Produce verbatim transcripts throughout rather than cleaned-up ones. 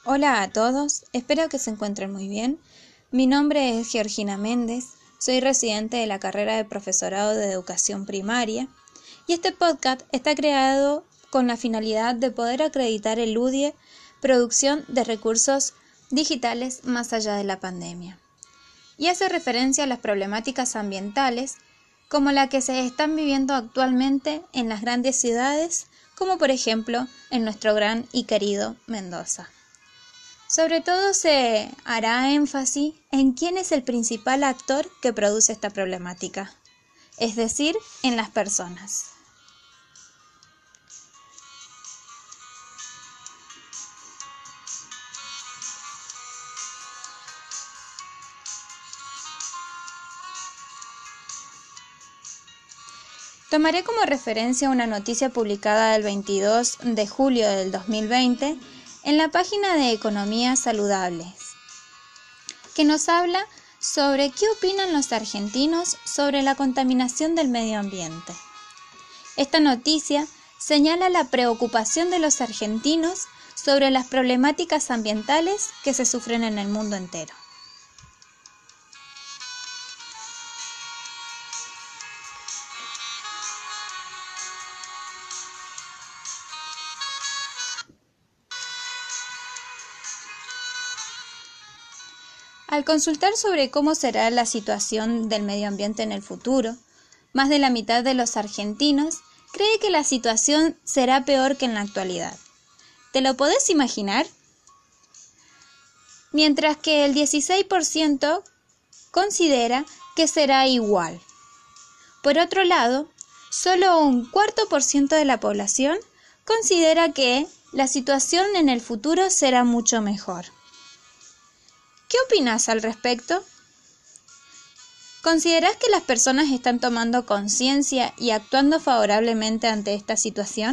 Hola a todos, espero que se encuentren muy bien. Mi nombre es Georgina Méndez, soy residente de la carrera de Profesorado de Educación Primaria y este podcast está creado con la finalidad de poder acreditar el U D I E, producción de recursos digitales más allá de la pandemia, y hace referencia a las problemáticas ambientales como la que se están viviendo actualmente en las grandes ciudades, como por ejemplo en nuestro gran y querido Mendoza. Sobre todo se hará énfasis en quién es el principal actor que produce esta problemática, es decir, en las personas. Tomaré como referencia una noticia publicada el veintidós de julio del dos mil veinte en la página de Economía Saludables, que nos habla sobre qué opinan los argentinos sobre la contaminación del medio ambiente. Esta noticia señala la preocupación de los argentinos sobre las problemáticas ambientales que se sufren en el mundo entero. Al consultar sobre cómo será la situación del medio ambiente en el futuro, más de la mitad de los argentinos cree que la situación será peor que en la actualidad. ¿Te lo podés imaginar? Mientras que el dieciséis por ciento considera que será igual. Por otro lado, solo un cuarto por ciento de la población considera que la situación en el futuro será mucho mejor. ¿Qué opinas al respecto? ¿Considerás que las personas están tomando conciencia y actuando favorablemente ante esta situación?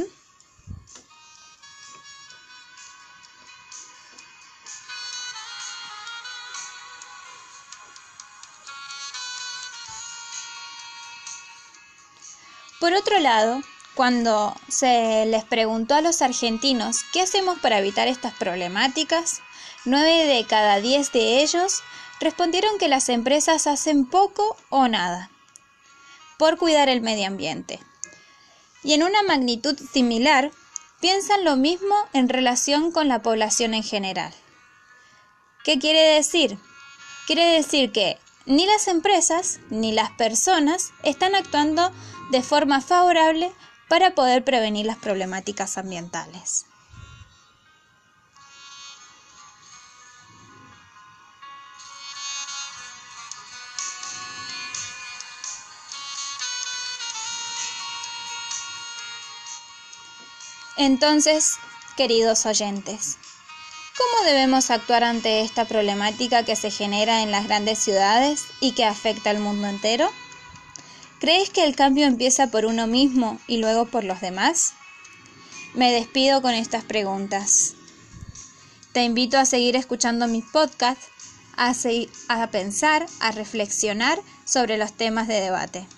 Por otro lado, cuando se les preguntó a los argentinos qué hacemos para evitar estas problemáticas, nueve de cada diez de ellos respondieron que las empresas hacen poco o nada por cuidar el medio ambiente. Y en una magnitud similar, piensan lo mismo en relación con la población en general. ¿Qué quiere decir? Quiere decir que ni las empresas ni las personas están actuando de forma favorable para poder prevenir las problemáticas ambientales. Entonces, queridos oyentes, ¿cómo debemos actuar ante esta problemática que se genera en las grandes ciudades y que afecta al mundo entero? ¿Crees que el cambio empieza por uno mismo y luego por los demás? Me despido con estas preguntas. Te invito a seguir escuchando mis podcasts, a, seguir, a pensar, a reflexionar sobre los temas de debate.